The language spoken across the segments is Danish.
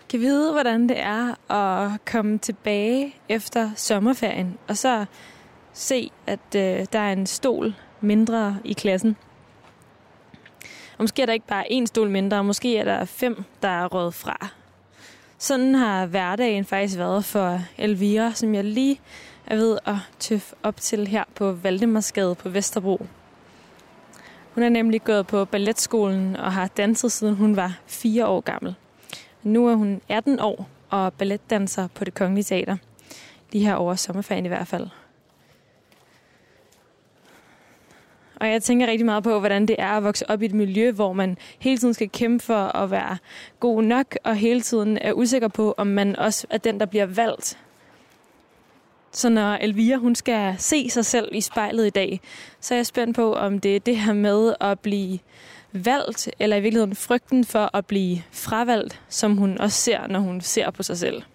Kan vide, hvordan det er at komme tilbage efter sommerferien, og så se, at der er en stol mindre i klassen. Og måske er der ikke bare én stol mindre, måske er der 5, der er røget fra. Sådan har hverdagen faktisk været for Elvira, som jeg lige er ved at tøffe op til her på Valdemarsgade på Vesterbro. Hun er nemlig gået på balletskolen og har danset siden hun var 4 år gammel. Nu er hun 18 år og balletdanser på Det Kongelige Teater. Lige her over sommerferien i hvert fald. Og jeg tænker rigtig meget på, hvordan det er at vokse op i et miljø, hvor man hele tiden skal kæmpe for at være god nok, og hele tiden er usikker på, om man også er den, der bliver valgt. Så når Elvira hun skal se sig selv i spejlet i dag, så er jeg spændt på, om det er det her med at blive valgt, eller i virkeligheden frygten for at blive fravalgt, som hun også ser, når hun ser på sig selv.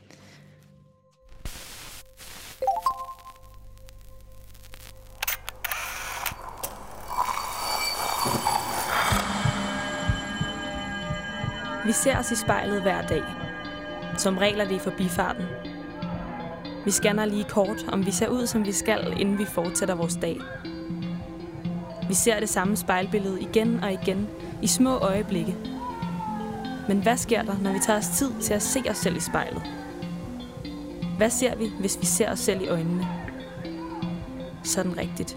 Vi ser os i spejlet hver dag. Som regel er det i forbifarten. Vi scanner lige kort, om vi ser ud, som vi skal, inden vi fortsætter vores dag. Vi ser det samme spejlbillede igen og igen, i små øjeblikke. Men hvad sker der, når vi tager os tid til at se os selv i spejlet? Hvad ser vi, hvis vi ser os selv i øjnene? Sådan rigtigt.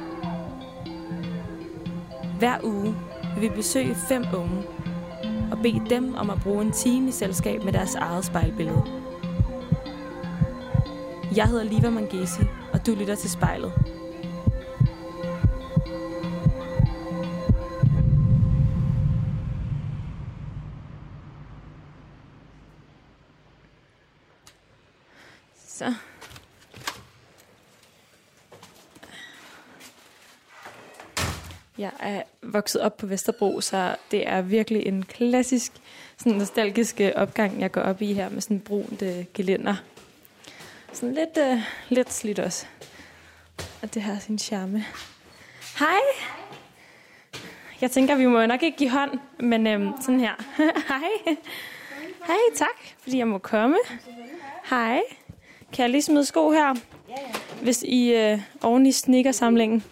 Hver uge vil vi besøge 5 unge, og bede dem om at bruge en time i selskab med deres eget spejlbillede. Jeg hedder Liva Mangesi, og du lytter til Spejlet. Så. Jeg er vokset op på Vesterbro, så det er virkelig en klassisk, sådan nostalgisk opgang, jeg går op i her med sådan brunt gelænder. Sådan lidt slidt også. Og det har sin charme. Hej! Jeg tænker, vi må nok ikke give hånd, men sådan her. Hej! Hej, tak, fordi jeg må komme. Hej. Kan jeg lige smide sko her? Hvis I oven i sneakersamlingen.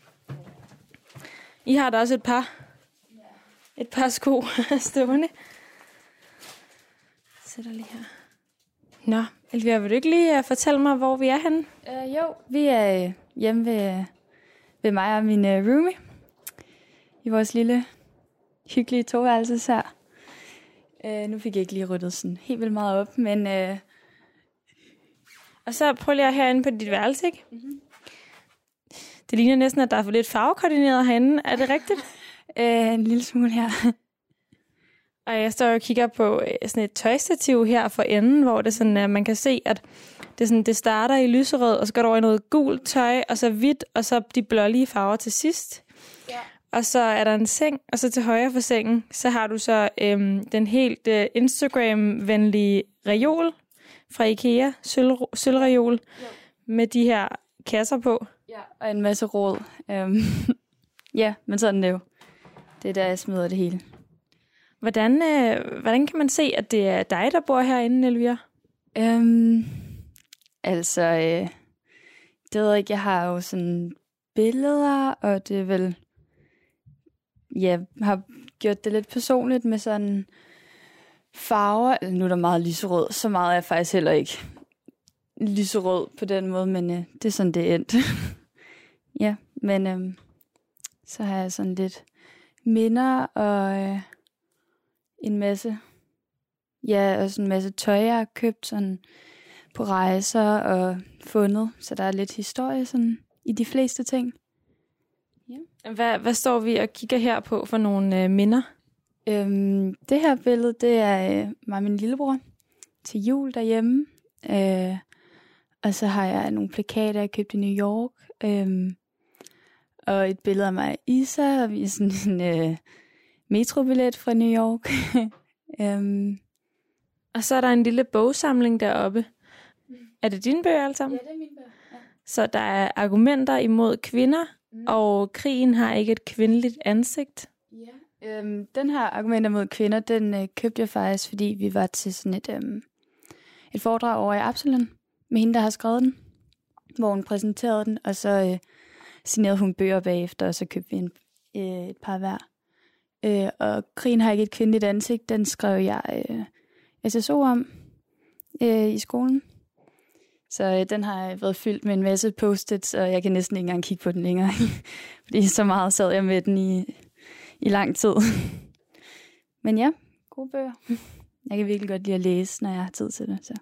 I har da også et par sko stående. Sætter lige her. Nå, Elvira, vil du ikke lige fortælle mig, hvor vi er henne? Jo, vi er hjemme ved mig og min roomie. I vores lille, hyggelige toværelses her. Nu fik jeg ikke lige ryddet sådan helt vildt meget op, men... Og så prøv lige herinde på dit værelse, ikke? Mm-hmm. Det ligner næsten, at der er for lidt farvekoordineret herinde. Er det rigtigt? En lille smule her. Og jeg står og kigger på sådan et tøjstativ her for enden, hvor det sådan, at man kan se, at det starter i lyserød, og så går der over i noget gult tøj, og så hvidt, og så de blålige farver til sidst. Ja. Og så er der en seng, og så til højre for sengen, så har du så den helt Instagram-venlige reol fra IKEA, sølvreol, med de her kasser på. Ja, og en masse råd. Ja, men sådan det jo. Det er der, jeg smider det hele. Hvordan kan man se, at det er dig, der bor herinde, Elvira? Det ved jeg ikke. Jeg har jo sådan billeder, og det er vel... Ja, har gjort det lidt personligt med sådan farver. Nu er der meget lyserød. Så meget er jeg faktisk heller ikke lyserød på den måde, men det er sådan, det er endt. Ja, men så har jeg sådan lidt minder og en masse, ja, og sådan en masse tøj, jeg har købt sådan på rejser og fundet, så der er lidt historie sådan i de fleste ting. Ja. Hvad står vi og kigger her på for nogle minder? Det her billede, det er mig og min lillebror til jul derhjemme. Og så har jeg nogle plakater, jeg købte i New York. Og et billede af mig og Isa, og vi er sådan en metrobillet fra New York. Og så er der en lille bogsamling deroppe. Er det dine bøger alle sammen? Ja, det er mine bøger. Ja. Så der er argumenter imod kvinder, og krigen har ikke et kvindeligt ansigt. Ja, Den her argumenter mod kvinder, den købte jeg faktisk, fordi vi var til sådan et foredrag over i Absalon med hende, der har skrevet den, hvor hun præsenterede den, og så signerede hun bøger bagefter, og så købte vi et par hver. Og Krigen har ikke et kvindeligt ansigt, den skrev jeg SSO om i skolen. Så den har været fyldt med en masse post-its, og jeg kan næsten ikke engang kigge på den længere, fordi så meget sad jeg med den i lang tid. Men ja, gode bøger. Jeg kan virkelig godt lide at læse, når jeg har tid til det. Så.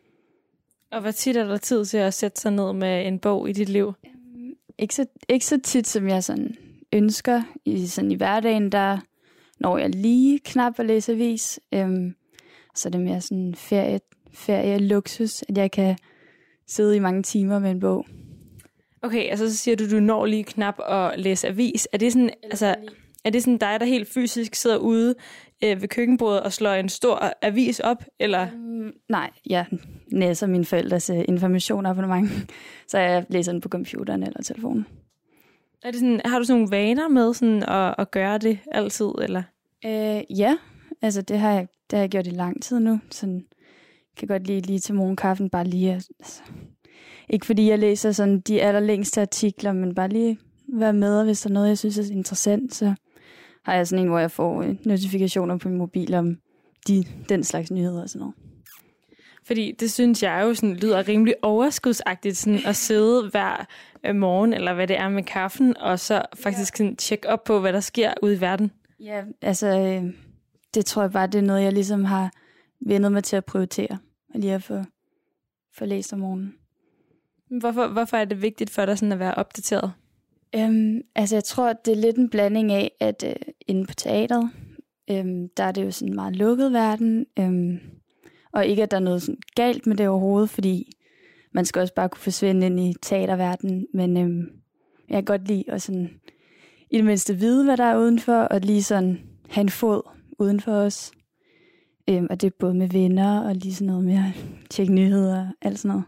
Og hvor tit er der tid til at sætte sig ned med en bog i dit liv? Ikke så tit, som jeg sådan ønsker. I hverdagen, der når jeg lige knap at læse avis. Så er det mere sådan ferie-luksus, at jeg kan sidde i mange timer med en bog. Okay, altså så siger du når lige knap at læse avis. Er det sådan dig, der helt fysisk sidder ude ved køkkenbordet og slår en stor avis op, eller? Nej, jeg læser mine forældres informationabonnement, så jeg læser den på computeren eller telefonen. Er det sådan, har du sådan nogle vaner med sådan at gøre det altid, eller? Ja, altså det har jeg gjort i lang tid nu. Sådan kan godt lide lige til morgenkaffen, bare lige altså, ikke fordi jeg læser sådan de allerlængste artikler, men bare lige være med, og hvis der er noget, jeg synes er interessant, så har jeg sådan en, hvor jeg får notifikationer på min mobil om den slags nyheder og sådan noget. Fordi det synes jeg jo sådan lyder rimelig overskudsagtigt, sådan at sidde hver morgen, eller hvad det er med kaffen, og så faktisk sådan tjekke op på, hvad der sker ude i verden. Ja, altså det tror jeg bare, det er noget, jeg ligesom har vendet mig til at prioritere, og lige at få læst om morgenen. Hvorfor er det vigtigt for dig sådan at være opdateret? Altså jeg tror, det er lidt en blanding af, at inde på teateret, der er det jo sådan en meget lukket verden, og ikke at der er noget sådan galt med det overhovedet, fordi man skal også bare kunne forsvinde ind i teaterverdenen, men jeg kan godt lide at sådan, i det mindste vide, hvad der er udenfor, og lige sådan have en fod udenfor os. Og det er både med venner og lige sådan noget med at tjekke nyheder og alt sådan noget.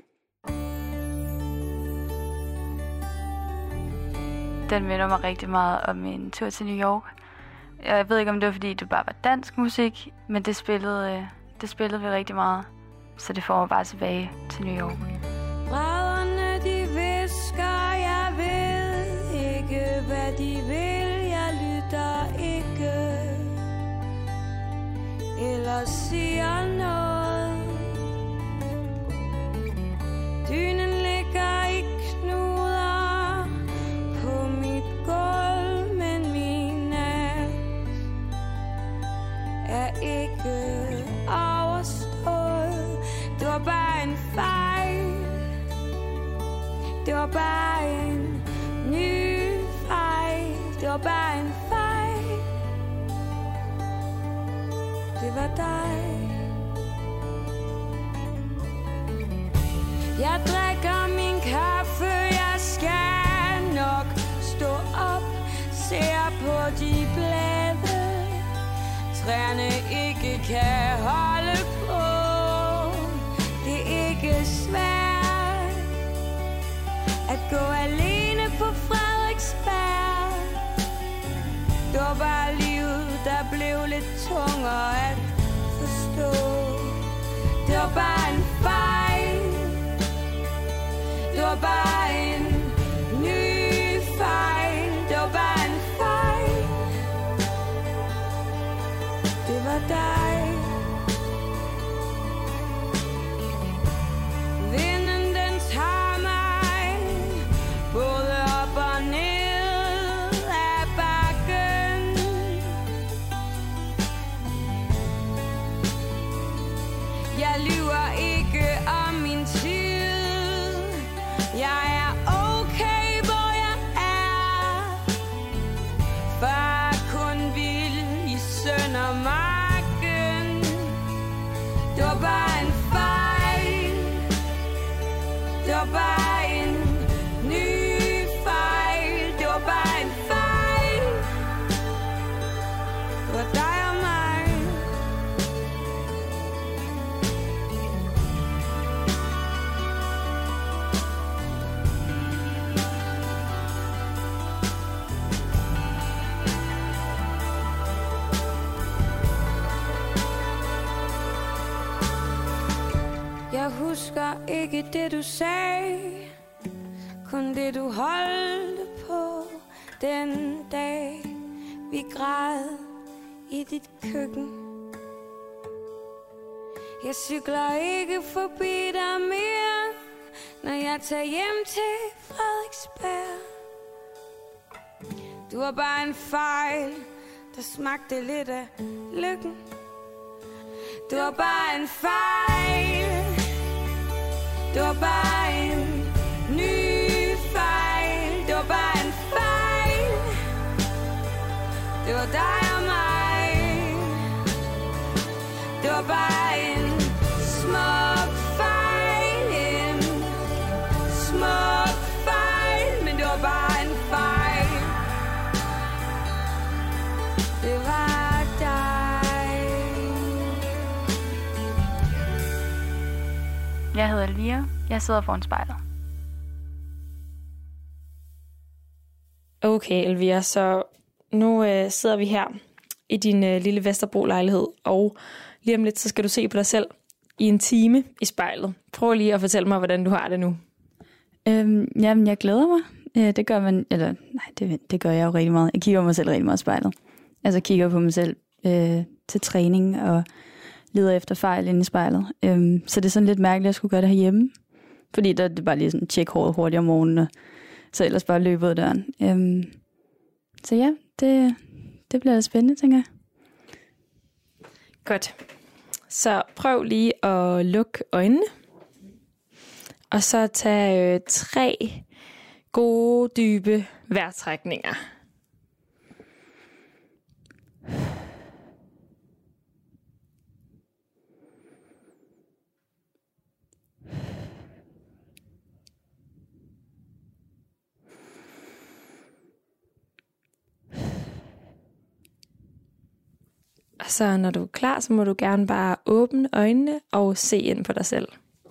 Den minder mig rigtig meget om en tur til New York. Jeg ved ikke, om det var, fordi det bare var dansk musik, men det spillede vi rigtig meget. Så det får mig bare tilbage til New York. Brædderne, de visker, jeg ved ikke, hvad de vil. Jeg lytter ikke, eller siger noget. Dynen ligger i knuder på mit gulv, men min nat er ikke overstået. Det var bare en fejl. Det var bare en ny fejl. Det var bare en fejl. Det var dig. Jeg drikker min kaffe. Jeg skal nok stå op. Ser på de blade træerne ikke kan holde på. Det er ikke svært at gå alene på Frederiksberg. Det var bare livet, der blev lidt tungere at forstå. Det var bare en fejl. Det var bare en ny fejl. Det var bare en fejl. Det var dig. Vinden den tager mig både op og ned ad bakken. Jeg lyver ikke om min tid. Jeg er okay, hvor jeg er. Far kun vil i Søndermarken. Det var bare en fejl. Det var bare en ny fejl. Det var bare en fejl. Det var dig og mig. Jeg husker ikke det du sagde, kun det du holdte på den dag vi græd i dit køkken. Jeg cykler ikke forbi dig mere, når jeg tager hjem til Frederiksberg. Du var bare en fejl, der smagte lidt af lykken. Du var bare en fejl. Du var bare en ny fejl. Du var bare en fejl. Det var dig og mig. Det var bare en smuk fejl. En smuk fejl. Men det var bare en fejl. Det var dig. Jeg hedder Elvira. Jeg sidder foran spejlet. Okay, Elvira, så nu sidder vi her i din lille Vesterbro-lejlighed, og lige om lidt, så skal du se på dig selv i en time i spejlet. Prøv lige at fortælle mig, hvordan du har det nu. Jamen, jeg glæder mig. Det gør man, eller nej, det gør jeg jo rigtig meget. Jeg kigger mig selv rigtig meget i spejlet. Altså kigger på mig selv til træning og leder efter fejl inde i spejlet. Så det er sådan lidt mærkeligt, at jeg skulle gøre det herhjemme. Fordi der er det bare lige sådan, tjek håret hurtigt om morgenen, og så ellers bare løbe ud af døren. Så ja, det bliver spændende, tænker jeg. Godt. Så prøv lige at lukke øjnene. Og så tag 3 gode, dybe vejrtrækninger. Og så når du er klar, så må du gerne bare åbne øjnene og se ind på dig selv.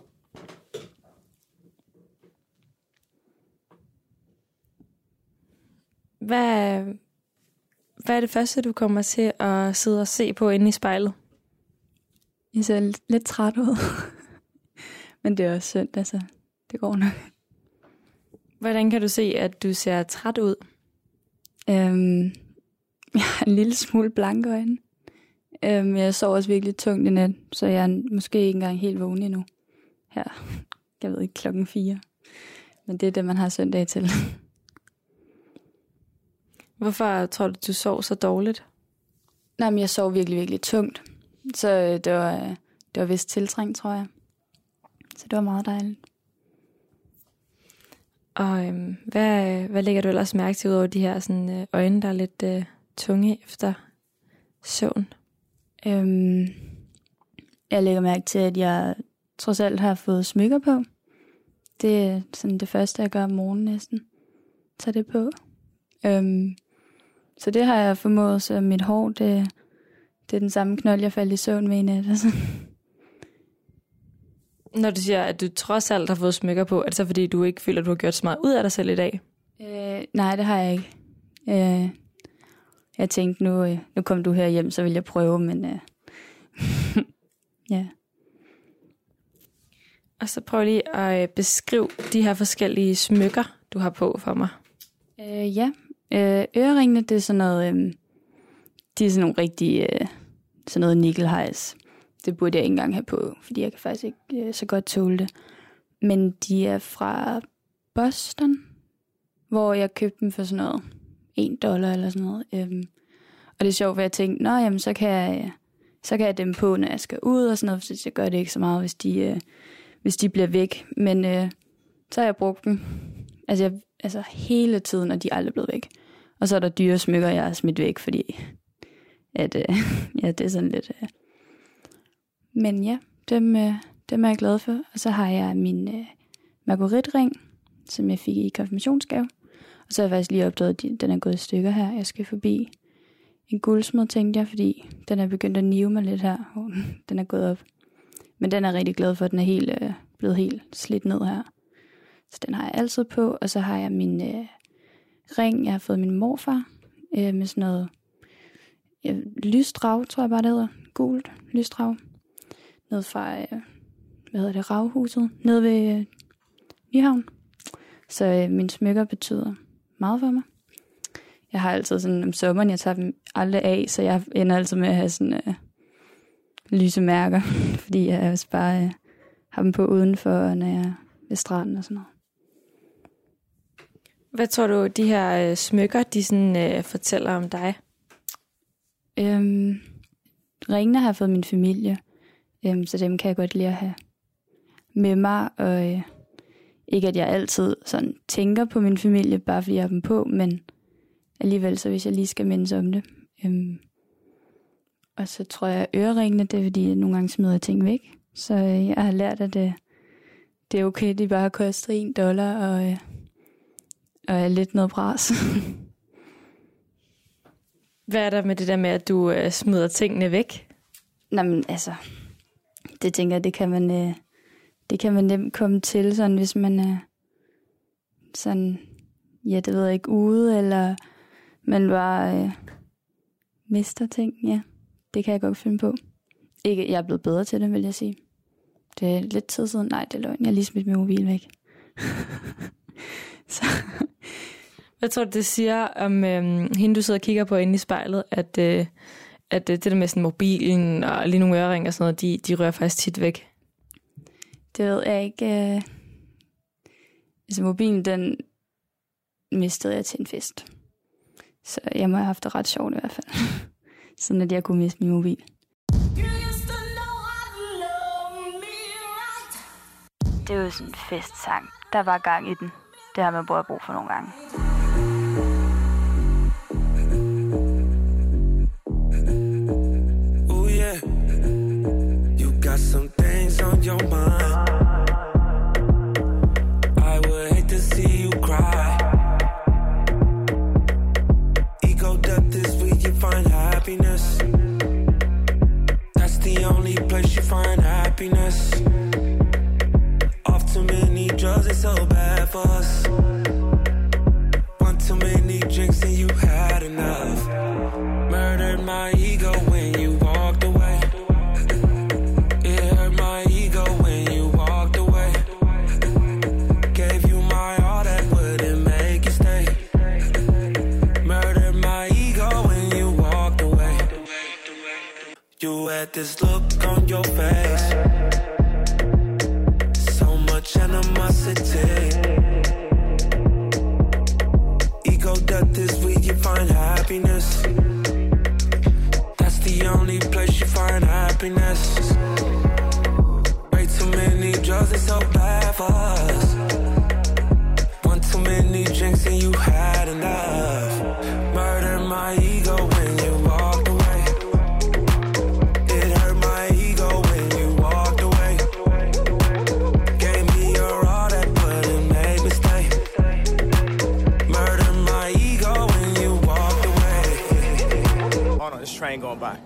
Hvad er det første, du kommer til at sidde og se på inde i spejlet? Jeg ser lidt træt ud. Men det er også synd, altså. Det går nok. Hvordan kan du se, at du ser træt ud? Jeg har en lille smule blanke øjne. Jeg sover også virkelig tungt i nat, så jeg er måske ikke engang helt vågen endnu. Her, jeg ved ikke, 4:00. Men det er det, man har søndag til. Hvorfor tror du sov så dårligt? Nej, men jeg sov virkelig, virkelig tungt. Så det var vist tiltrængt, tror jeg. Så det var meget dejligt. Og hvad lægger du ellers mærke til ud over de her sådan, øjne, der er lidt tunge efter søvn? Jeg lægger mærke til, at jeg trods alt har fået smykker på. Det er sådan det første, jeg gør om morgenen næsten. Tag det på. Så det har jeg formået, så mit hår, det er den samme knold, jeg faldt i søvn med i nat. Altså. Når du siger, at du trods alt har fået smykker på, er det så fordi, du ikke føler, at du har gjort så meget ud af dig selv i dag? Nej, det har jeg ikke. Jeg tænkte, nu kom du her hjem, så vil jeg prøve, men ja. Og så prøv lige at beskrive de her forskellige smykker, du har på for mig. Ja, øreringene, det er sådan noget, de er sådan nogle rigtige, sådan noget nikkelhejs. Det burde jeg ikke engang have på, fordi jeg kan faktisk ikke så godt tåle det. Men de er fra Boston, hvor jeg købte dem for sådan noget $1 eller sådan noget. Og det er sjovt, for jeg tænkte, jamen, så kan jeg dem på, når jeg skal ud og sådan noget, så jeg gør det ikke så meget, hvis de bliver væk. Men så har jeg brugt dem altså hele tiden, og de er aldrig blevet væk. Og så er der dyre smykker, jeg har smidt væk, fordi at, det er sådan lidt... Men ja, dem er jeg glad for. Og så har jeg min margueritring, som jeg fik i konfirmationsgave. Og så har jeg faktisk lige opdaget, at den er gået i stykker her. Jeg skal forbi en guldsmed, tænkte jeg, fordi den er begyndt at nive mig lidt her. Den er gået op. Men den er rigtig glad for, at den er blevet helt slidt ned her. Så den har jeg altid på. Og så har jeg min ring, jeg har fået min morfar, med sådan noget lysdrag, tror jeg bare det hedder. Gult lysdrag. Noget fra Ravhuset, nede ved Nyhavn. Så mine smykker betyder meget for mig. Jeg har altid sådan om sommeren, jeg tager dem aldrig af, så jeg ender altid med at have sådan lyse mærker, fordi jeg også bare har dem på udenfor, når jeg er ved stranden og sådan noget. Hvad tror du, de her smykker, de sådan, fortæller om dig? Ringene har fået min familie, så dem kan jeg godt lide at have med mig, og ikke at jeg altid sådan tænker på min familie, bare fordi jeg har dem på, men alligevel, så hvis jeg lige skal mindes om det. Og så tror jeg, at øreringene, det er fordi, jeg nogle gange smider ting væk. Så jeg har lært, at det er okay, de bare koster $1 og er lidt noget bras. Hvad er der med det der med, at du smider tingene væk? Nå, men altså, det tænker jeg, det kan man nemt komme til, sådan, hvis man er sådan, ja, det ved jeg ikke, ude, eller man bare mister ting, ja. Det kan jeg godt finde på. Ikke, jeg er blevet bedre til det, vil jeg sige. Det er lidt tid siden. Nej, det er løgn. Jeg har lige smidt min mobil væk. Så. Hvad tror du, det siger om hende, du sidder og kigger på inde i spejlet, at det der med sådan mobilen og lige nogle øreringer og sådan noget, de rører faktisk tit væk? Det ved jeg ikke. Altså mobilen, den mistede jeg til en fest. Så jeg må have haft det ret sjovt i hvert fald. Sådan at jeg kunne miste min mobil. Det er jo sådan en festsang. Der var gang i den. Det har man både brug for nogle gange. Oh yeah, you got some things on your mind. I would hate to see you cry. Ego death is where you find happiness. That's the only place you find happiness. Off too many drugs, it's so bad for us. One too many drinks and you had enough. Murdered my ego when you walked away. It hurt my ego when you walked away. Gave you my all that wouldn't make you stay. Murdered my ego when you walked away. You had this look on your face, so much animosity. Ego death is where you find happiness. That's the only place you find happiness. Way too many drugs, it's so bad for us. One too many drinks and you had enough. Murder my ego when you walked away. It hurt my ego when you walked away. Gave me your all that wouldn't make me stay. Murder my ego when you walked away. Hold on, this train going by.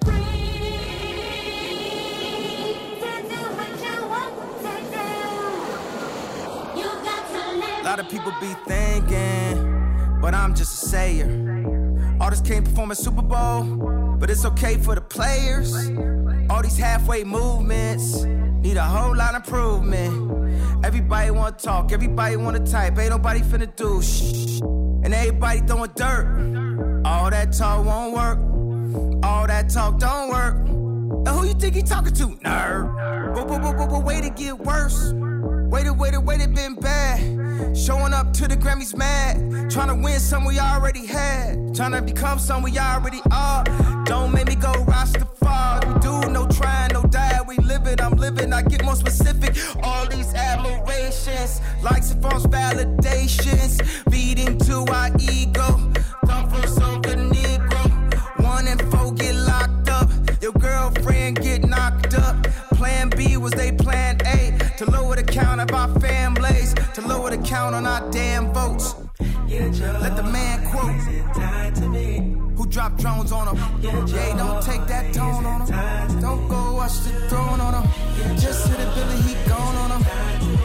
A lot of people be thinking, but I'm just a sayer. Artists can't perform at Super Bowl, but it's okay for the players. All these halfway movements need a whole lot of improvement. Everybody wanna talk, everybody wanna type, ain't nobody finna do shh. And everybody throwing dirt. All that talk won't work. All that talk don't work. And who you think he talking to? Nerd. But wait to get worse. Wait it been bad. Showing up to the Grammys mad. Trying to win some we already had. Trying to become some we already are. Don't make me go Rastafari. We do no trying, no die. We live it, I'm living. I get more specific. All these admirations, likes and false validations, feeding to our ego. Come from Soca Negro. 1 and 4 get locked up. Your girlfriend get knocked up. Plan B was they plan A. To lower the count of our families, to lower the count on our damn votes. Let the man quote, who dropped drones on them. Yeah, don't take that tone on them. Don't go watch the throne on them. Just hit a Billy, he gone on them.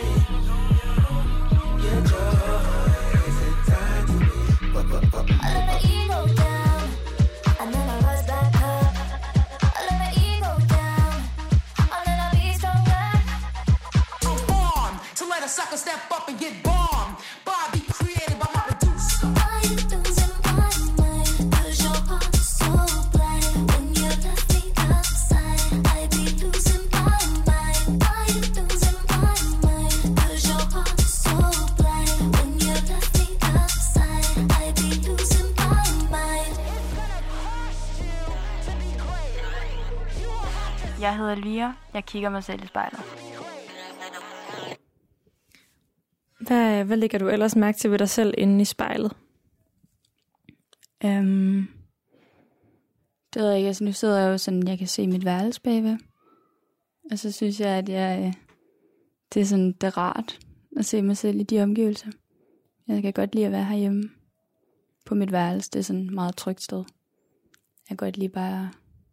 I let my ego down, and then I rise back up. I let my ego down, and then I be stronger. Jeg hedder Elvira. Jeg kigger mig selv i spejlet. Hvad lægger du ellers mærke til ved dig selv inde i spejlet? Det ved jeg ikke. Altså, nu sidder jeg jo sådan, jeg kan se mit værelse bagved. Og så synes jeg, at det er sådan, det er rart at se mig selv i de omgivelser. Jeg kan godt lide at være herhjemme på mit værelse. Det er sådan et meget trygt sted. Jeg kan godt lide bare,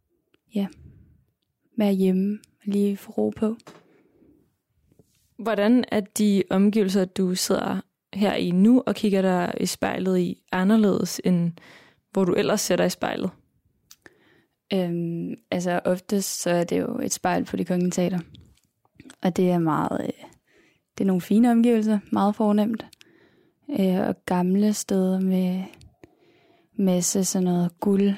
være hjemme og lige få ro på. Hvordan er de omgivelser, du sidder her i nu og kigger dig i spejlet i, anderledes end hvor du ellers sætter i spejlet? Altså oftest så er det jo et spejl på Det Kongelige Teater. Og det er meget, det er nogle fine omgivelser, meget fornemt. Og gamle steder med masse sådan noget guld,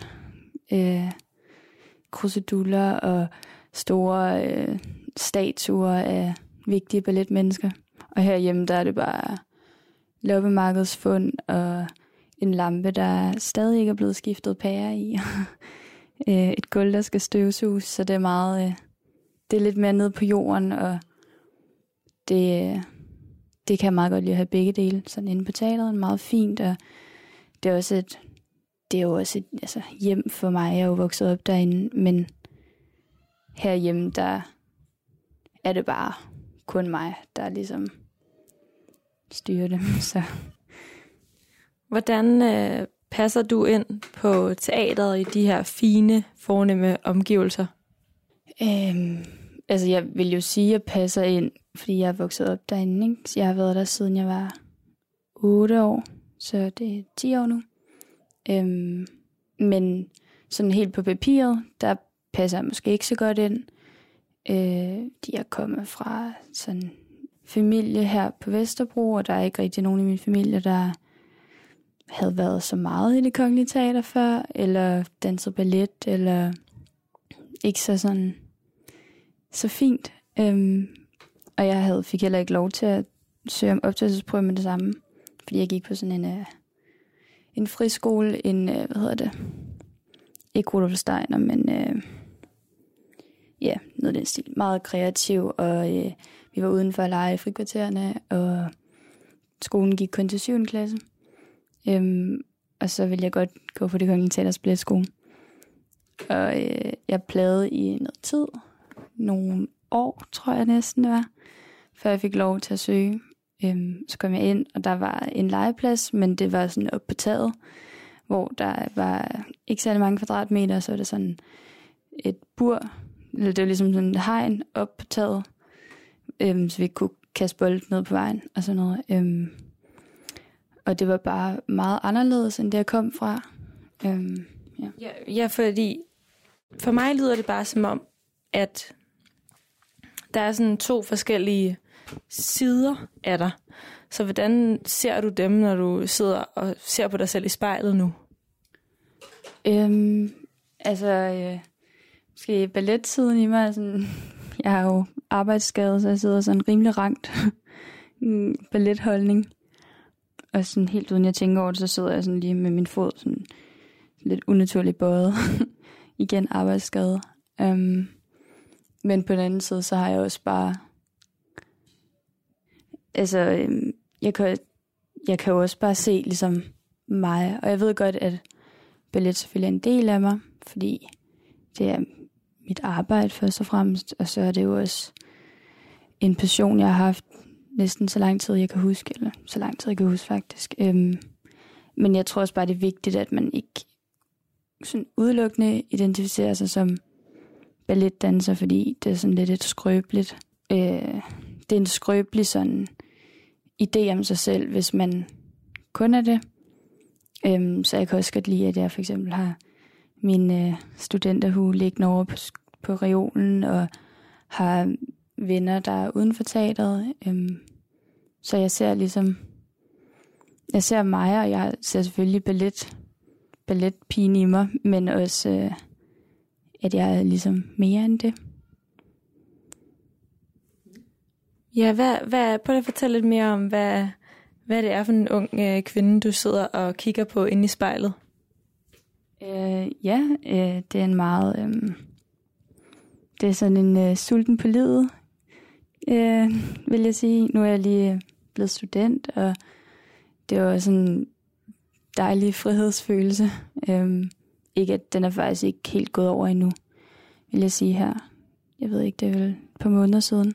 kruseduller og store statuer af vigtige balletmennesker. Og herhjemme, der er det bare loppemarkedsfund og en lampe, der stadig ikke er blevet skiftet pære i. Et gulv, der skal støvsuges, så det er meget, det er lidt mere nede på jorden, og det kan jeg meget godt lide at have begge dele. Sådan inde på teateret, meget fint, og det er jo også et hjem for mig. Jeg er jo vokset op derinde, men herhjemme, der er det bare kun mig, der ligesom styrer det. Så. Hvordan passer du ind på teateret i de her fine, fornemme omgivelser? Altså jeg vil jo sige, at jeg passer ind, fordi jeg er vokset op derinde. Ikke? Jeg har været der siden jeg var 8 år, så det er 10 år nu. Men sådan helt på papiret, der passer jeg måske ikke så godt ind. De er kommet fra sådan familie her på Vesterbro, og der er ikke rigtig nogen i min familie, der havde været så meget i Det Kongelige Teater før, eller danset ballet, eller ikke så fint. Og jeg fik heller ikke lov til at søge om optagelsesprøve med det samme, fordi jeg gik på sådan en friskole, ikke Rudolf Steiner, men noget af den stil. Meget kreativ, og vi var udenfor at lege i frikvartererne, og skolen gik kun til 7. klasse. Og så ville jeg godt gå på Det Kongelige Teaters balletskole. Og jeg plagede i noget tid, nogle år, tror jeg næsten det var, før jeg fik lov til at søge. Så kom jeg ind, og der var en legeplads, men det var sådan oppe på taget, hvor der var ikke særlig mange kvadratmeter, så var det sådan et bur, eller det var ligesom sådan et hegn op på taget, så vi kunne kaste bold ned på vejen og sådan noget. Og det var bare meget anderledes, end det jeg kom fra. Ja, fordi for mig lyder det bare som om, at der er sådan 2 forskellige sider af dig. Så hvordan ser du dem, når du sidder og ser på dig selv i spejlet nu? Måske balletsiden i mig, sådan, jeg har jo arbejdsskade, så jeg sidder sådan rimelig rangt balletholdning. Og sådan helt uden jeg tænker over det, så sidder jeg sådan lige med min fod sådan lidt unaturligt bøjet. Igen arbejdsskade. Men på den anden side, så har jeg også bare... jeg kan jo også bare se ligesom mig. Og jeg ved godt, at ballet selvfølgelig er en del af mig, fordi det er mit arbejde først og fremmest. Og så er det jo også en passion, jeg har haft næsten så lang tid, jeg kan huske. Eller så lang tid, jeg kan huske faktisk. Men jeg tror også bare, det er vigtigt, at man ikke sådan udelukkende identificerer sig som balletdanser, fordi det er sådan lidt et skrøbeligt. Det er en skrøbelig sådan idé om sig selv, hvis man kun er det. Så jeg kan også godt lide, at jeg for eksempel har min studenterhue liggende over på reolen, og har venner, der er uden for teateret. Så jeg ser mig, og jeg ser selvfølgelig balletpigen i mig, men også, at jeg er ligesom mere end det. Ja, prøv at fortælle lidt mere om, hvad det er for en ung kvinde, du sidder og kigger på inde i spejlet. Det er en meget det er sådan en sulten på livet, vil jeg sige. Nu er jeg lige blevet student, og det var sådan en dejlig frihedsfølelse. Ikke at den er faktisk ikke helt gået over endnu, vil jeg sige her. Jeg ved ikke, det er vel et par måneder siden.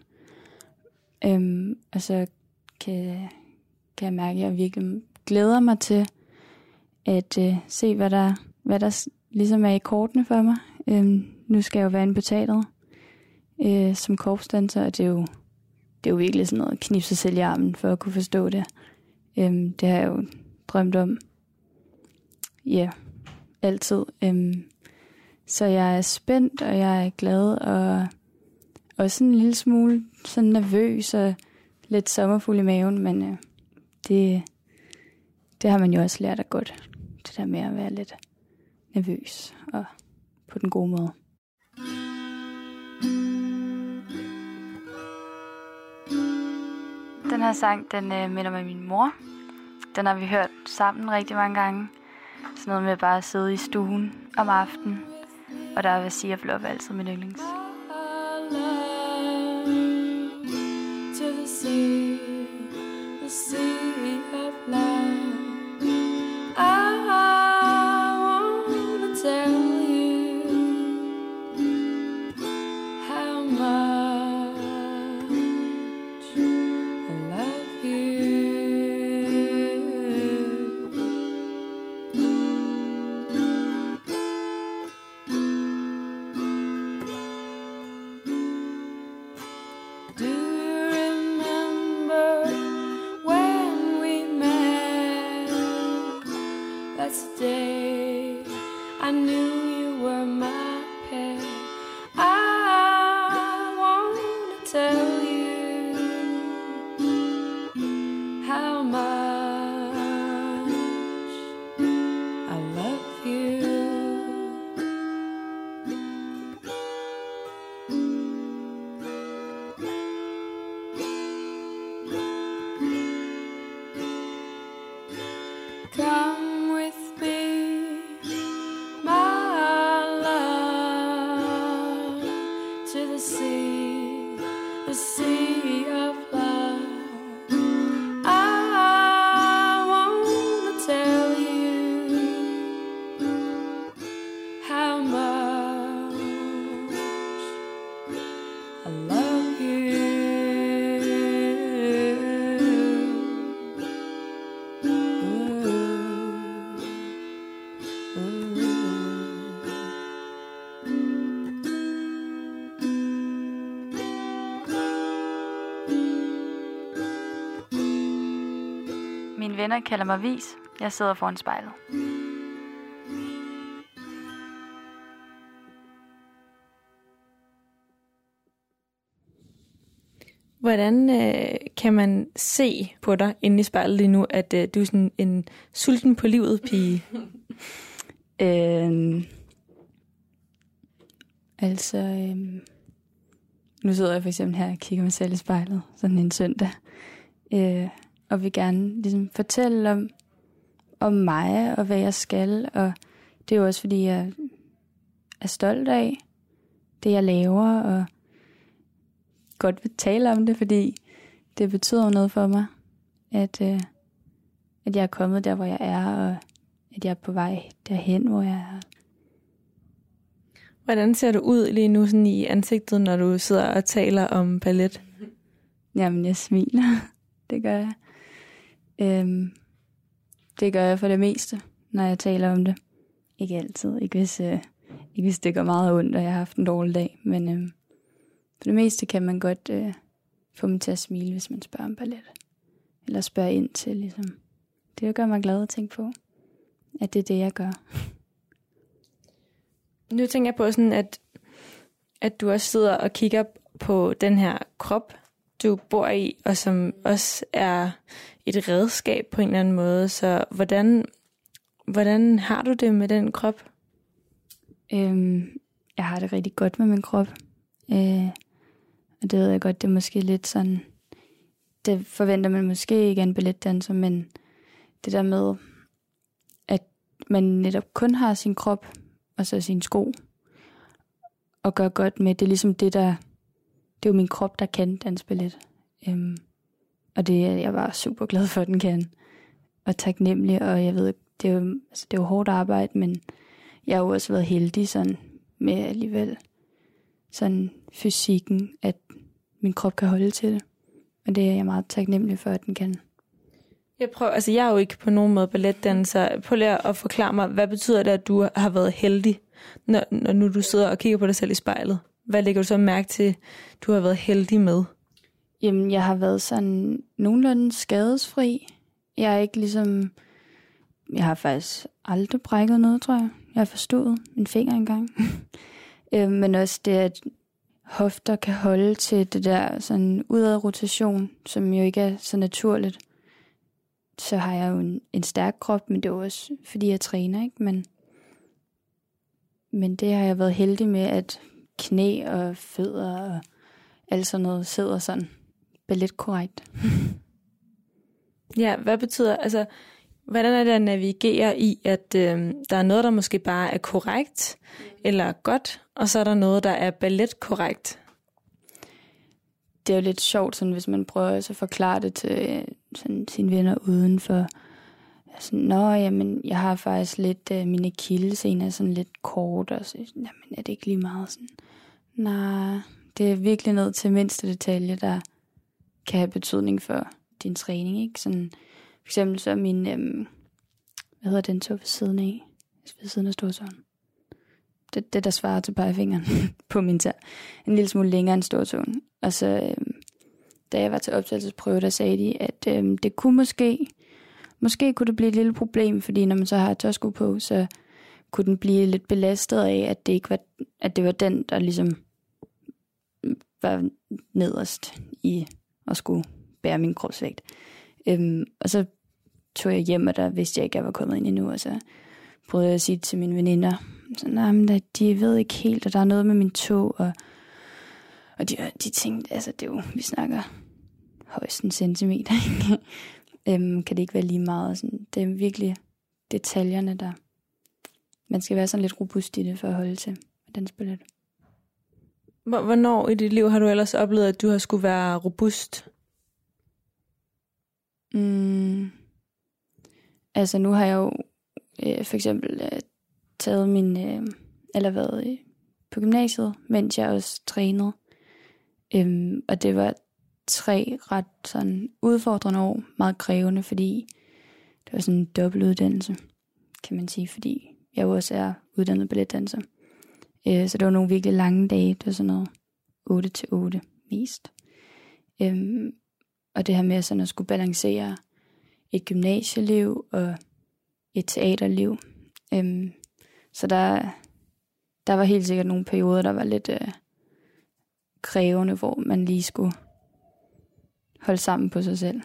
Og så kan jeg mærke, at jeg virkelig glæder mig til at se, hvad der ligesom er i kortene for mig. Nu skal jeg jo være inde på teatret som korpsdanser, og det er jo virkelig sådan noget knipse sig selv i armen for at kunne forstå det. Det har jeg jo drømt om. Ja, altid. Så jeg er spændt, og jeg er glad, og også en lille smule sådan nervøs og lidt sommerfuld i maven, men det har man jo også lært af godt. Det der med at være lidt nervøs og på den gode måde. Den her sang, den minder mig min mor. Den har vi hørt sammen rigtig mange gange. Sådan noget med bare at sidde i stuen om aftenen. Og der er Sea of Love altid min yndlings. To the sea of love. I wanna tell you how much I love you. Do you remember when we met? That's the day I knew you were my pet. I wanna tell you how much I love you. Come with me, my love, to the sea of love. I wanna tell you how much I love you. Mine venner kalder mig vis. Jeg sidder foran spejlet. Hvordan kan man se på dig inde i spejlet lige nu, at du er sådan en sulten på livet pige? Nu sidder jeg for eksempel her og kigger mig selv i spejlet, sådan en søndag, og vil gerne ligesom fortælle om mig og hvad jeg skal, og det er jo også fordi jeg er stolt af det jeg laver, og godt vil tale om det, fordi det betyder noget for mig, at jeg er kommet der, hvor jeg er, og at jeg er på vej derhen, hvor jeg er. Hvordan ser du ud lige nu sådan i ansigtet, når du sidder og taler om ballet? Jamen, jeg smiler. Det gør jeg. Det gør jeg for det meste, når jeg taler om det. Ikke altid. Ikke hvis det gør meget ondt, og jeg har haft en dårlig dag. Men for det meste kan man godt få mig til at smile, hvis man spørger om ballet. Eller spørger ind til, ligesom. Det gør mig glad at tænke på, at det er det, jeg gør. Nu tænker jeg på sådan, at du også sidder og kigger på den her krop, du bor i, og som også er et redskab på en eller anden måde. Så hvordan har du det med den krop? Jeg har det rigtig godt med min krop. Og det ved jeg godt, det er måske lidt sådan, det forventer man måske ikke af en balletdanser, men det der med, at man netop kun har sin krop, og så sine sko. og gør godt med. Det er ligesom det er jo min krop, der kan dansballet. Og det er jeg bare super glad for, at den kan. Og taknemmelig, og jeg ved, det er jo hårdt arbejde, men jeg har jo også været heldig sådan, med alligevel sådan fysikken, at min krop kan holde til det. Og det er jeg meget taknemmelig for, at den kan. Jeg er jo ikke på nogen måde balletdanser. Prøv lige at forklare mig, hvad betyder det, at du har været heldig, når nu du sidder og kigger på dig selv i spejlet? Hvad lægger du så mærke til, du har været heldig med? Jamen, jeg har været sådan nogenlunde skadesfri. Jeg er ikke ligesom... Jeg har faktisk aldrig brækket noget, tror jeg. Jeg har forstået min finger engang. Men også det, at hofter kan holde til det der sådan udad rotation, som jo ikke er så naturligt. Så har jeg jo en stærk krop, men det er også fordi jeg træner, ikke? Men det har jeg været heldig med, at knæ og fødder og alt sådan noget sidder sådan balletkorrekt. Ja, hvad betyder, altså, hvordan er det at navigere i, at der er noget, der måske bare er korrekt eller godt, og så er der noget, der er balletkorrekt? Det er jo lidt sjovt, sådan, hvis man prøver at forklare det til sådan, sine venner udenfor. Sådan, jamen, jeg har faktisk lidt, mine akillessener er sådan lidt kort, og så, jamen, er det ikke lige meget sådan? Nej, det er virkelig ned til mindste detalje, der kan have betydning for din træning, ikke? Sådan, for eksempel så min, hvad hedder den tog ved siden af? Ved siden af stortåen. Det der svarer til pegefingeren på min tær. En lille smule længere end stortåen. Og så, da jeg var til optagelsesprøve, der sagde de, at det kunne måske kunne det blive et lille problem, fordi når man så har tørsko på, så kunne den blive lidt belastet af, at det ikke var, at det var den, der ligesom var nederst i at skulle bære min kropsvægt. Og så tog jeg hjem, og der vidste jeg ikke, at jeg var kommet ind endnu, og så prøvede jeg at sige til mine veninder, men de ved ikke helt, og der er noget med min tog, og de tænkte, altså det er jo, vi snakker højst en centimeter, kan det ikke være lige meget, sådan, det er virkelig detaljerne, der man skal være sådan lidt robust i det, for at holde til dansballet. Hvornår i dit liv har du ellers oplevet, at du har skulle være robust? Altså nu har jeg jo for eksempel taget min, eller været på gymnasiet, mens jeg også trænede. Og det var 3 ret sådan udfordrende år, meget krævende, fordi det var sådan en dobbeltuddannelse, kan man sige, fordi jeg jo også er uddannet balletdanser. Så det var nogle virkelig lange dage, det var sådan noget 8-8 mest. Og det her med sådan at skulle balancere et gymnasieliv og et teaterliv. Så der var helt sikkert nogle perioder, der var lidt krævende, hvor man lige skulle holde sammen på sig selv.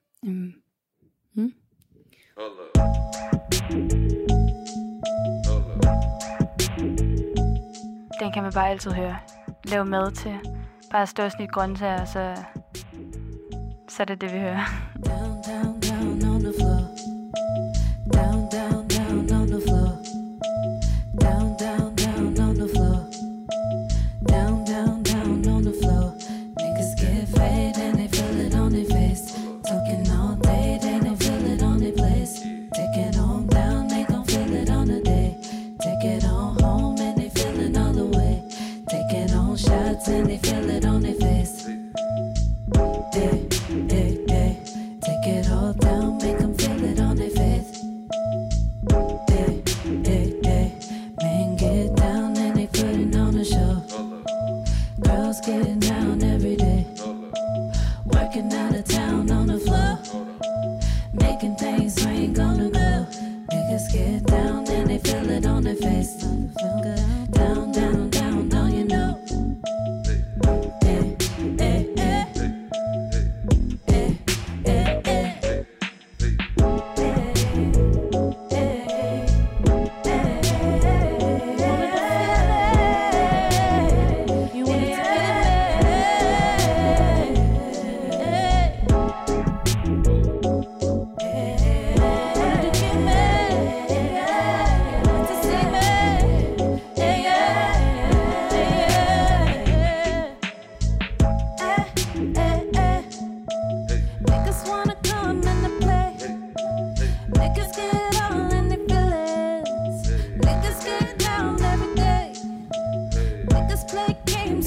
Den kan man bare altid høre. Lave mad til. Bare stå og snit grøntsager, så er det det, vi hører. Down, down, down on the floor. Down, down, down on the floor. Down, down, down on the floor. Down, down, down on the floor. Niggas get fade and they feel it on their face. Talking all day, then they feel it on their place. Take it on down, they gon' feel it on the day. Take it on home and they feel it all the way. Take it on shots and they feel it on their face. Hey, hey, hey. Take it all down, make them feel it on their face. Hey, hey, hey. Men get down and they putting on a show. Girls getting down every day. Working out of town on the floor. Making things ain't gonna go. Niggas get down and they feel it on their face. Down, down, down, down, you know. Hey, hey, hey. Hey, hey, hey. You want it to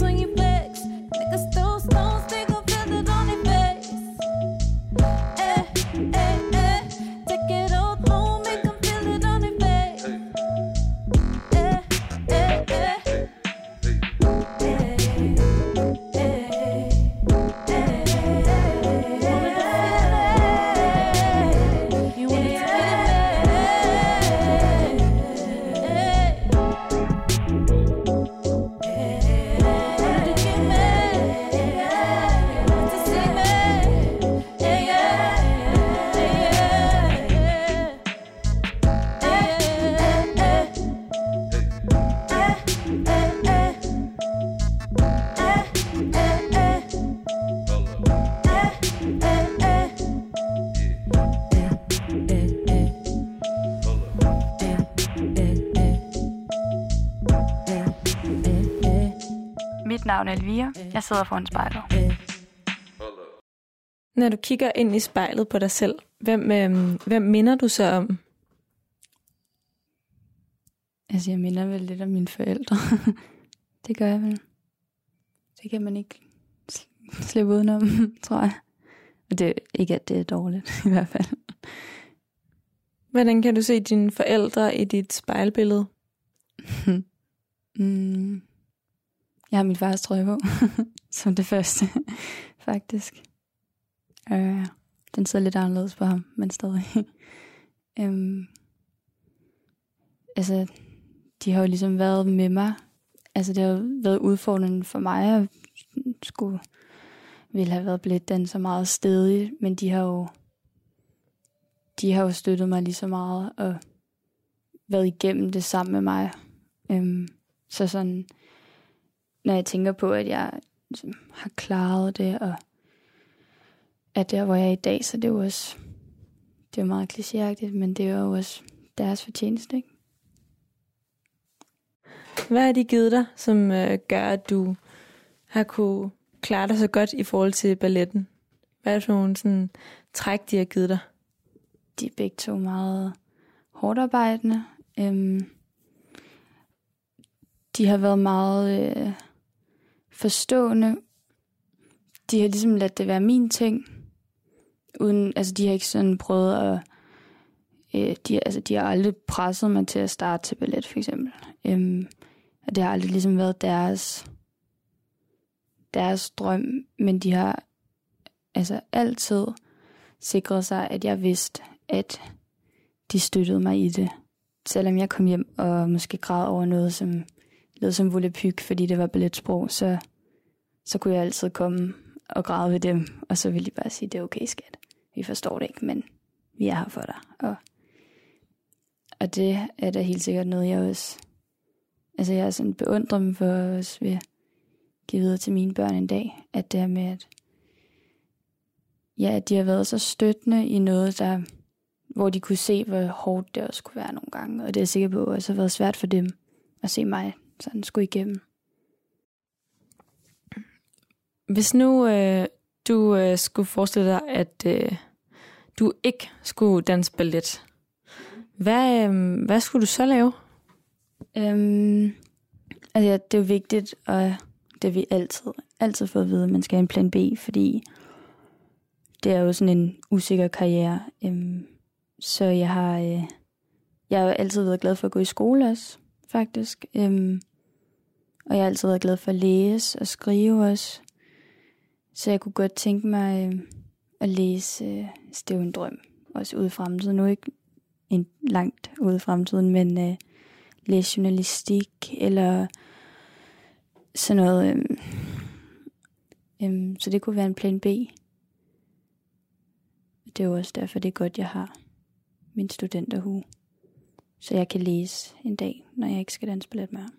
when you flex. Niggas throw stones, they gon' feel it on their face. Eh, eh, eh. Take it all home, make them feel it on their face. Eh, eh, eh. Mit navn er Elvira. Jeg sidder foran spejlet. Når du kigger ind i spejlet på dig selv, hvem minder du så om? Altså, jeg minder vel lidt om mine forældre. Det gør jeg vel. Det kan man ikke slippe udenom, tror jeg. Og det er ikke, at det er dårligt, i hvert fald. Hvordan kan du se dine forældre i dit spejlbillede? Jeg har min fars trøje på, som det første, faktisk. Den sidder lidt anderledes på ham, men stadig. Altså, de har jo ligesom været med mig. Altså, det har jo været udfordrende for mig at ville have været blætdanser meget stedig, men de har jo støttet mig lige så meget og været igennem det sammen med mig. Så sådan, når jeg tænker på, at jeg har klaret det, og at der, hvor jeg er i dag, så det er jo også, det er meget klichéagtigt, men det er jo også deres fortjeneste, ikke? Hvad har de givet dig, som gør, at du har kunne klare dig så godt i forhold til balletten? Hvad er det for nogle sådan, træk, de har givet dig? De er begge to meget hårdt arbejdende. De har været meget forstående. De har ligesom ladt det være min ting. Uden, altså de har ikke sådan prøvet at... de har aldrig presset mig til at starte til ballet, for eksempel. Og det har aldrig ligesom været deres drøm, men de har altså altid sikret sig, at jeg vidste, at de støttede mig i det. Selvom jeg kom hjem og måske græd over noget, som lød som volapyk, fordi det var balletsprog, så kunne jeg altid komme og græde ved dem, og så ville de bare sige, det er okay, skat. Vi forstår det ikke, men vi er her for dig. Og det er da helt sikkert noget, jeg også... Altså, jeg er sådan beundret dem for os ved at give videre til mine børn en dag, at det her med, at ja, de har været så støttende i noget, hvor de kunne se, hvor hårdt det også kunne være nogle gange. Og det er jeg sikker på, at det har været svært for dem at se mig sådan skulle igennem. Hvis nu du skulle forestille dig, at du ikke skulle danse ballet, hvad skulle du så lave? Altså, det er jo vigtigt, og det har vi altid fået at vide, at man skal have en plan B, fordi det er jo sådan en usikker karriere. Så jeg har jo altid været glad for at gå i skole også, faktisk. Og jeg har altid været glad for at læse og skrive også. Så jeg kunne godt tænke mig at læse, det er jo en drøm, også ude i fremtiden. Nu ikke en langt ude i fremtiden, men læse journalistik eller sådan noget. Så det kunne være en plan B. Det er jo også derfor, det er godt, jeg har min studenterhue. Så jeg kan læse en dag, når jeg ikke skal danse ballet mere.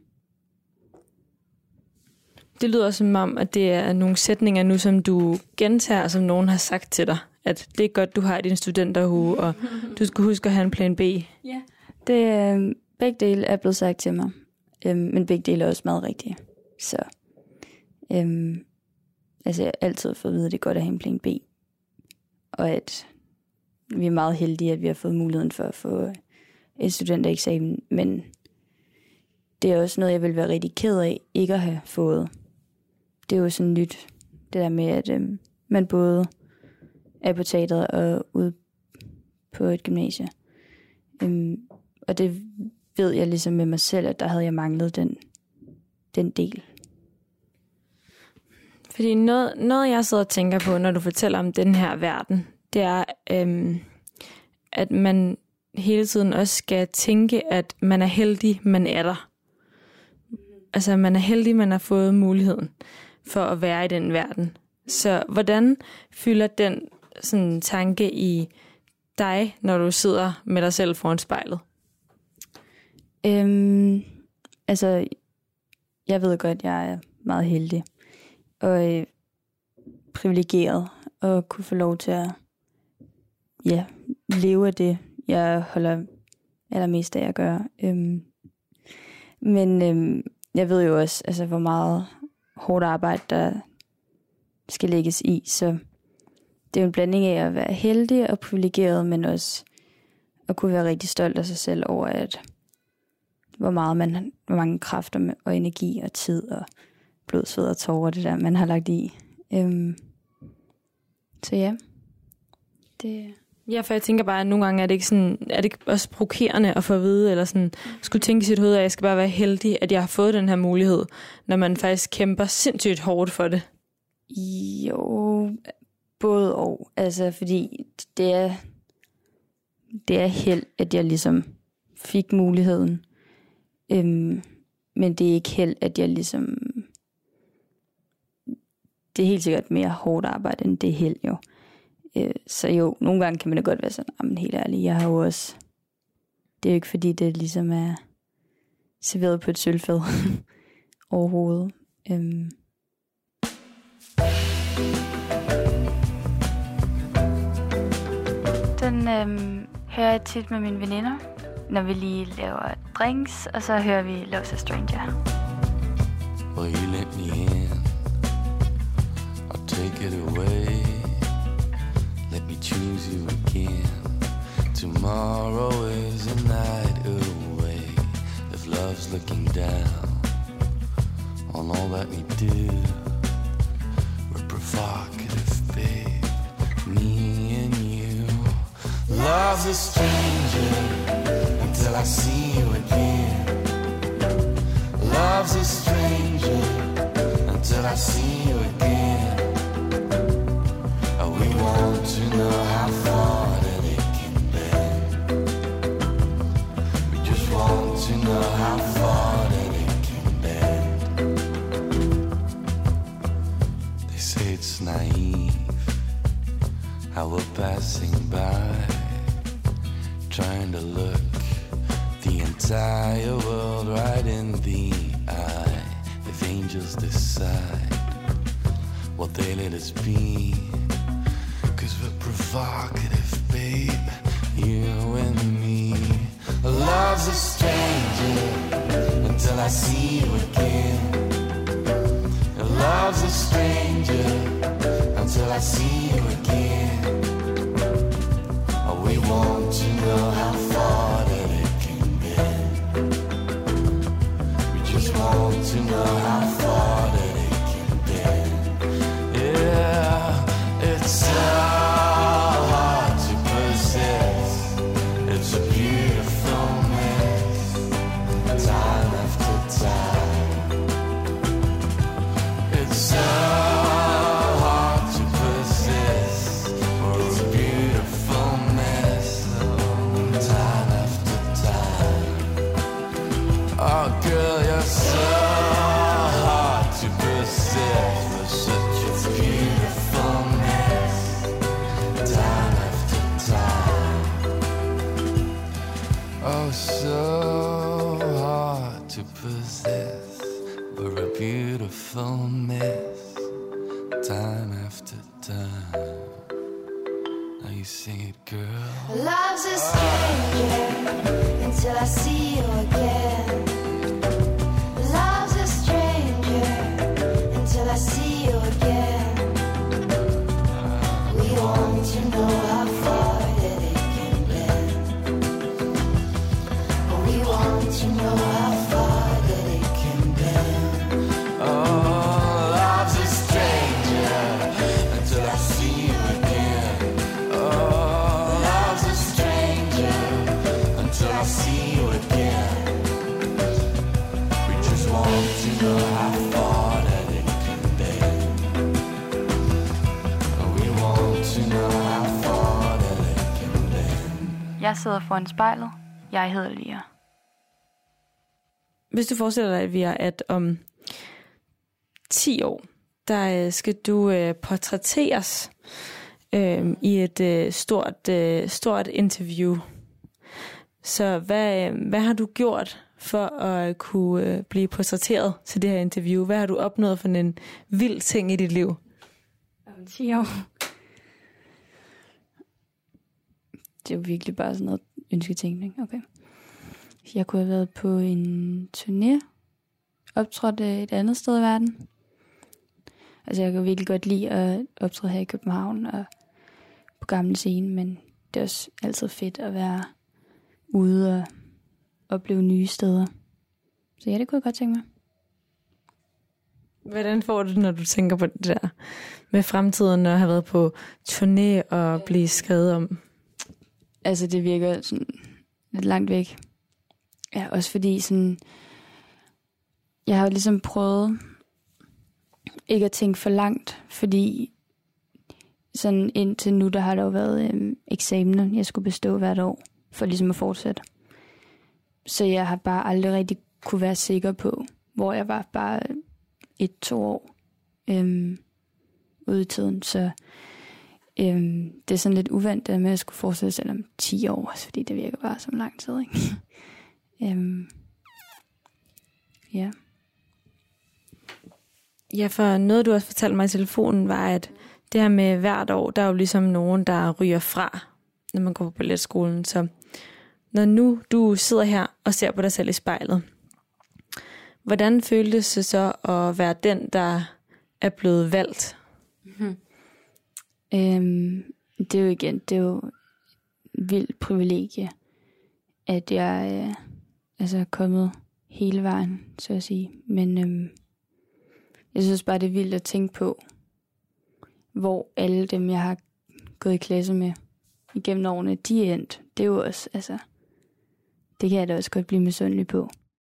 Det lyder som om, at det er nogle sætninger nu, som du gentager, som nogen har sagt til dig. At det er godt, du har din studenterhue, og du skal huske at have en plan B. Ja. Det, begge dele er blevet sagt til mig. Men begge dele er også meget rigtige. Så altså jeg har altid fået at vide, at det er godt at have en plan B. Og at vi er meget heldige, at vi har fået muligheden for at få en studentereksamen. Men det er også noget, jeg vil være rigtig ked af ikke at have fået. det er jo sådan nyt, det der med, at man både er på teatret og ude på et gymnasie. Og det ved jeg ligesom med mig selv, at der havde jeg manglet den del. Fordi noget jeg sidder og tænker på, når du fortæller om den her verden, det er, at man hele tiden også skal tænke, at man er heldig, man er der. Altså, man er heldig, man har fået muligheden for at være i den verden. Så hvordan fylder den sådan tanke i dig, når du sidder med dig selv foran spejlet? Altså, jeg ved godt, at jeg er meget heldig og privilegeret at kunne få lov til at leve af det, jeg holder allermest af at gøre. Men jeg ved jo også, altså, hvor meget hårdt arbejde, der skal lægges i. Så det er jo en blanding af at være heldig og privilegeret, men også at kunne være rigtig stolt af sig selv over, at hvor mange kræfter og energi og tid og blod, sved og tårer, det der, man har lagt i. Så ja. Ja, for jeg tænker bare, at nogle gange er det ikke sådan, er det ikke også provokerende at få at vide, eller sådan, skulle tænke i sit hoved, at jeg skal bare være heldig, at jeg har fået den her mulighed, når man faktisk kæmper sindssygt hårdt for det. Jo, både og. Altså, fordi det er held, at jeg ligesom fik muligheden. Men det er ikke held, at jeg ligesom... Det er helt sikkert mere hårdt arbejde, end det er held, jo. Så jo, nogle gange kan man da godt være sådan, men helt ærligt, jeg har jo også... Det er jo ikke fordi, det ligesom er serveret på et sølvfad overhovedet. Den hører jeg tit med mine veninder, når vi lige laver drinks, og så hører vi Love's a Stranger. Well, you let me in, I'll take it away. Let me choose you again. Tomorrow is a night away. If love's looking down on all that we do, we're provocative, babe, me and you. Love's a stranger until I see you again. Love's a stranger until I see you again. We want to know how far that it can bend. We just want to know how far that it can bend. They say it's naive how we're passing by, trying to look the entire world right in the eye. If angels decide what they let us be, 'cause we're provocative, babe, you and me. Love's a stranger until I see you again. Love's a stranger until I see you again. We want to know how far that it can bend. We just want to know how far that it can bend. Yeah, it's so hard to possess. It's a beautiful mess, time after time. It's so hard to possess. It's a beautiful mess, time after time. Oh girl, you're so hard to possess. We're such a beautiful mess, time after time. Oh, so hard to possess. We're a beautiful mess, time after time. Now you sing it, girl. Love's a stranger until I see you again. Love's a stranger until I see you again. We want to know how far that it can bend. We want to know how far that it can bend. Oh, love's a Jeg sidder foran spejlet. Jeg hedder Lia. Hvis du forestiller dig, Elvira, at om 10 år, der skal du portrætteres i et stort interview. Så hvad har du gjort for at kunne blive portrætteret til det her interview? Hvad har du opnået for en vild ting i dit liv? Om 10 år. Det er jo virkelig bare sådan noget ønsketænkning. Okay. Jeg kunne have været på en turné, optrådt et andet sted i verden. Altså jeg kan virkelig godt lide at optræde her i København og på Gamle Scene, men det er også altid fedt at være ude og opleve nye steder. Så ja, det kunne jeg godt tænke mig. Hvordan får du det, når du tænker på det der med fremtiden og have været på turné og blive skrevet om? Altså det virker sådan lidt langt væk. Ja, også fordi sådan, jeg har jo ligesom prøvet ikke at tænke for langt, fordi sådan indtil nu, der har der jo været eksamener, jeg skulle bestå hvert år, for ligesom at fortsætte. Så jeg har bare aldrig rigtig kunne være sikker på, hvor jeg var bare 1-2 år ude i tiden. Så det er sådan lidt uventet med at skulle fortsætte selv om 10 år, fordi det virker bare som lang tid, ikke? Ja. Ja, for noget, du også fortalte mig i telefonen, var, at det her med hvert år, der er jo ligesom nogen, der ryger fra, når man går på balletskolen. Så når nu du sidder her og ser på dig selv i spejlet, hvordan føltes det så at være den, der er blevet valgt? Det er jo igen, det er jo et vildt privilegie, at jeg er kommet hele vejen, så at sige. Men jeg synes bare, det er vildt at tænke på, hvor alle dem, jeg har gået i klasse med igennem årene, de er endt. Det er jo også, altså, det kan jeg da også godt blive misundelig på.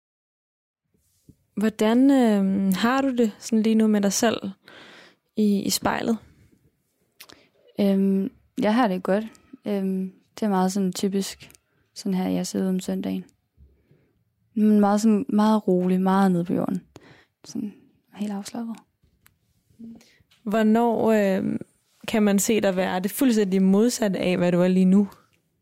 Hvordan har du det sådan lige nu med dig selv i spejlet? Jeg har det godt. Det er meget sådan typisk, sådan her jeg sidder om søndagen. Meget rolig, meget nede på jorden. Sådan helt afslappet. Hvornår kan man se dig være det fuldstændig modsat af, hvad du er lige nu?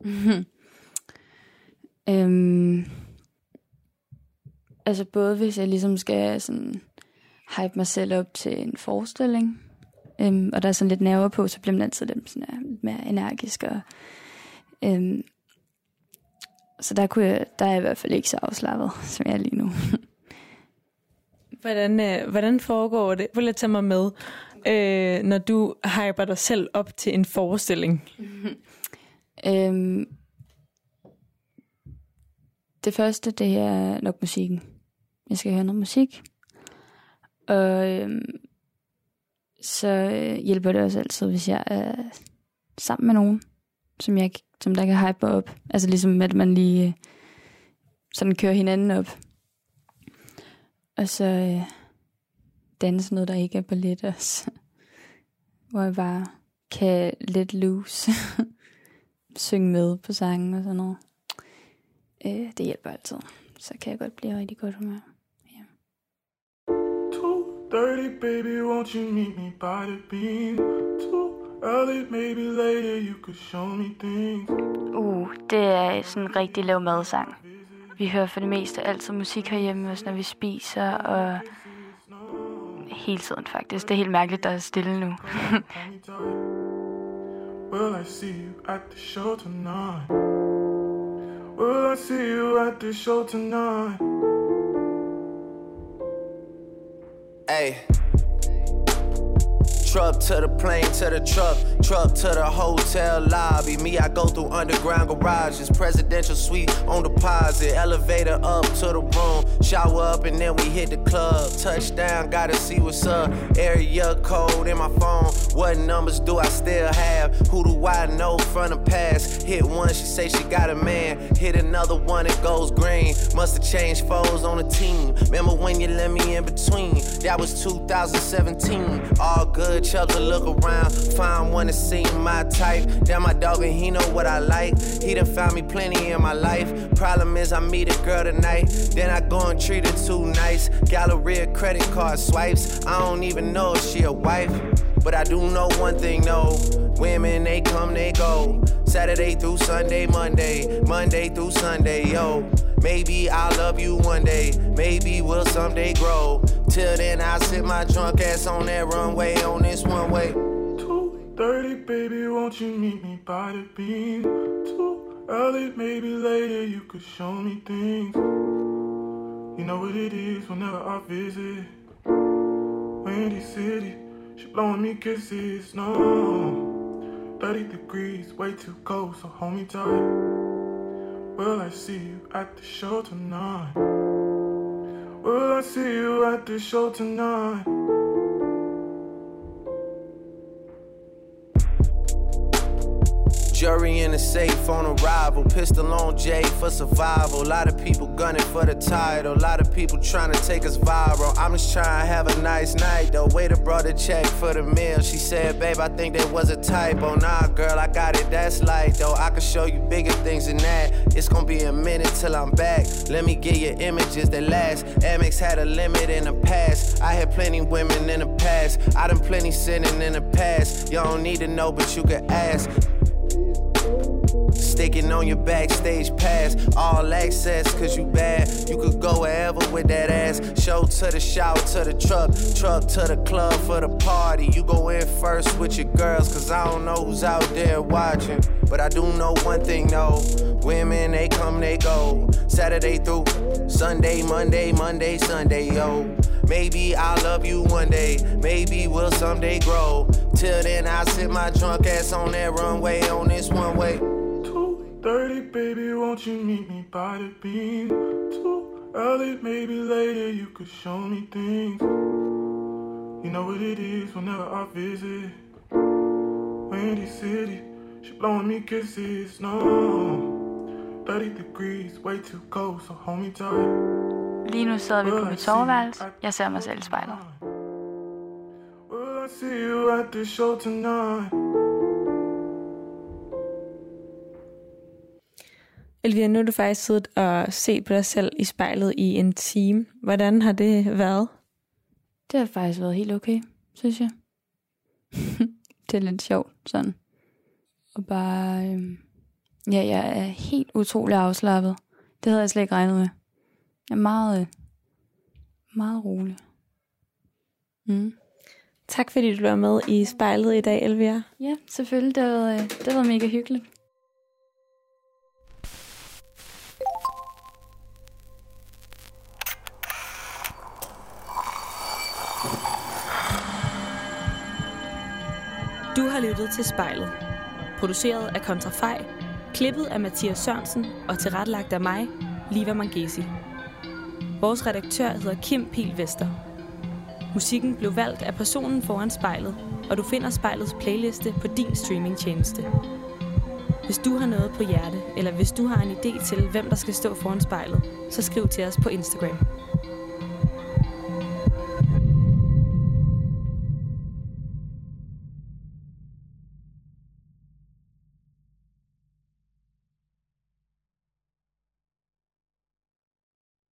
Altså både hvis jeg ligesom skal sådan hype mig selv op til en forestilling, og der er sådan lidt nerver på, så bliver man altid lidt sådan mere energisk. Og, så der er jeg i hvert fald ikke så afslappet, som jeg er lige nu. Hvordan foregår det? Prøv lige at tage mig med, når du hyper dig selv op til en forestilling. Det første, det er nok musikken. Jeg skal høre noget musik. Og så hjælper det også altid, hvis jeg er sammen med nogen, som der kan hype op. Altså ligesom, at man lige sådan kører hinanden op. Og så danse noget, der ikke er ballet også. Hvor jeg bare kan let loose. Synge med på sangen og sådan noget. Det hjælper altid. Så kan jeg godt blive rigtig godt humør. Ja. 2:30, baby, won't you meet me by the beam? Too early, maybe later, you could show me things. Det er sådan en rigtig lav madsang. Vi hører for det meste altid musik herhjemme, også når vi spiser, og hele tiden faktisk. Det er helt mærkeligt, der er stille nu. Will I see you at the show tonight? Will I see you at the show tonight? Hey. Truck to the plane, to the truck to the hotel lobby. Me, I go through underground garages, presidential suite on deposit, elevator up to the room, shower up and then we hit the club. Touchdown, gotta see what's up. Area code in my phone. What numbers do I still have? Who do I know from the past? Hit one, she say she got a man. Hit another one, it goes green. Must have changed foes on the team. Remember when you let me in between? That was 2017. All good. good chubs to look around. Find one that seem my type. Damn, my dog and he know what I like. He done found me plenty in my life. Problem is I meet a girl tonight, then I go and treat her too nice. Galleria credit card swipes. I don't even know if she a wife, but I do know one thing, no. Women, they come, they go. Saturday through Sunday, Monday through Sunday, yo. Maybe I'll love you one day, maybe we'll someday grow. Till then, I'll sit my drunk ass on that runway, on this one way. 2:30, baby, won't you meet me by the beam? Too early, maybe later, you could show me things. You know what it is whenever I visit Windy City, she blowing me kisses, no. 30 degrees, way too cold, so hold me tight. Will I see you at the show tonight? Will I see you at the show tonight? Jury in the safe on arrival. Pistol on Jay for survival. A lot of people gunning for the title. A lot of people trying to take us viral. I'm just trying to have a nice night though. Waiter brought a check for the meal. She said, babe, I think there was a typo. Nah, girl, I got it, that's light though. I can show you bigger things than that. It's gonna be a minute till I'm back. Let me get you images that last. Amex had a limit in the past. I had plenty women in the past. I done plenty sinning in the past. You don't need to know, but you can ask. Sticking on your backstage pass, all access, cause you bad. You could go wherever with that ass. Show to the shower, to the truck to the club for the party. You go in first with your girls, cause I don't know who's out there watching. But I do know one thing, though. Women, they come, they go. Saturday through Sunday, Monday, Sunday, yo. Maybe I'll love you one day, maybe we'll someday grow. Till then, I'll sit my drunk ass on that runway, on this one way. 2:30, baby, won't you meet me by the beam? Too early, maybe later, you could show me things. You know what it is whenever I visit Windy City, she blowing me kisses, no. 30 degrees, way too cold, so hold me tight. Lige nu sidder vi på mit soveværelse. Jeg ser mig selv i spejlet. Will I see you at the show tonight? Elvira, nu har du faktisk siddet og set på dig selv i spejlet i en time. Hvordan har det været? Det har faktisk været helt okay, synes jeg. Det er lidt sjovt, sådan. Og bare... Ja, jeg er helt utrolig afslappet. Det havde jeg slet ikke regnet med. Jeg er meget rolig. Tak fordi du var med i spejlet i dag, Elvira. Ja, selvfølgelig. Det har været mega hyggeligt. Du har lyttet til Spejlet. Produceret af Kontrafej, klippet af Mathias Sørensen og tilrettelagt af mig, Liva Mangesi. Vores redaktør hedder Kim Pihl Vester. Musikken blev valgt af personen foran spejlet, og du finder spejlets playliste på din streamingtjeneste. Hvis du har noget på hjerte, eller hvis du har en idé til, hvem der skal stå foran spejlet, så skriv til os på Instagram.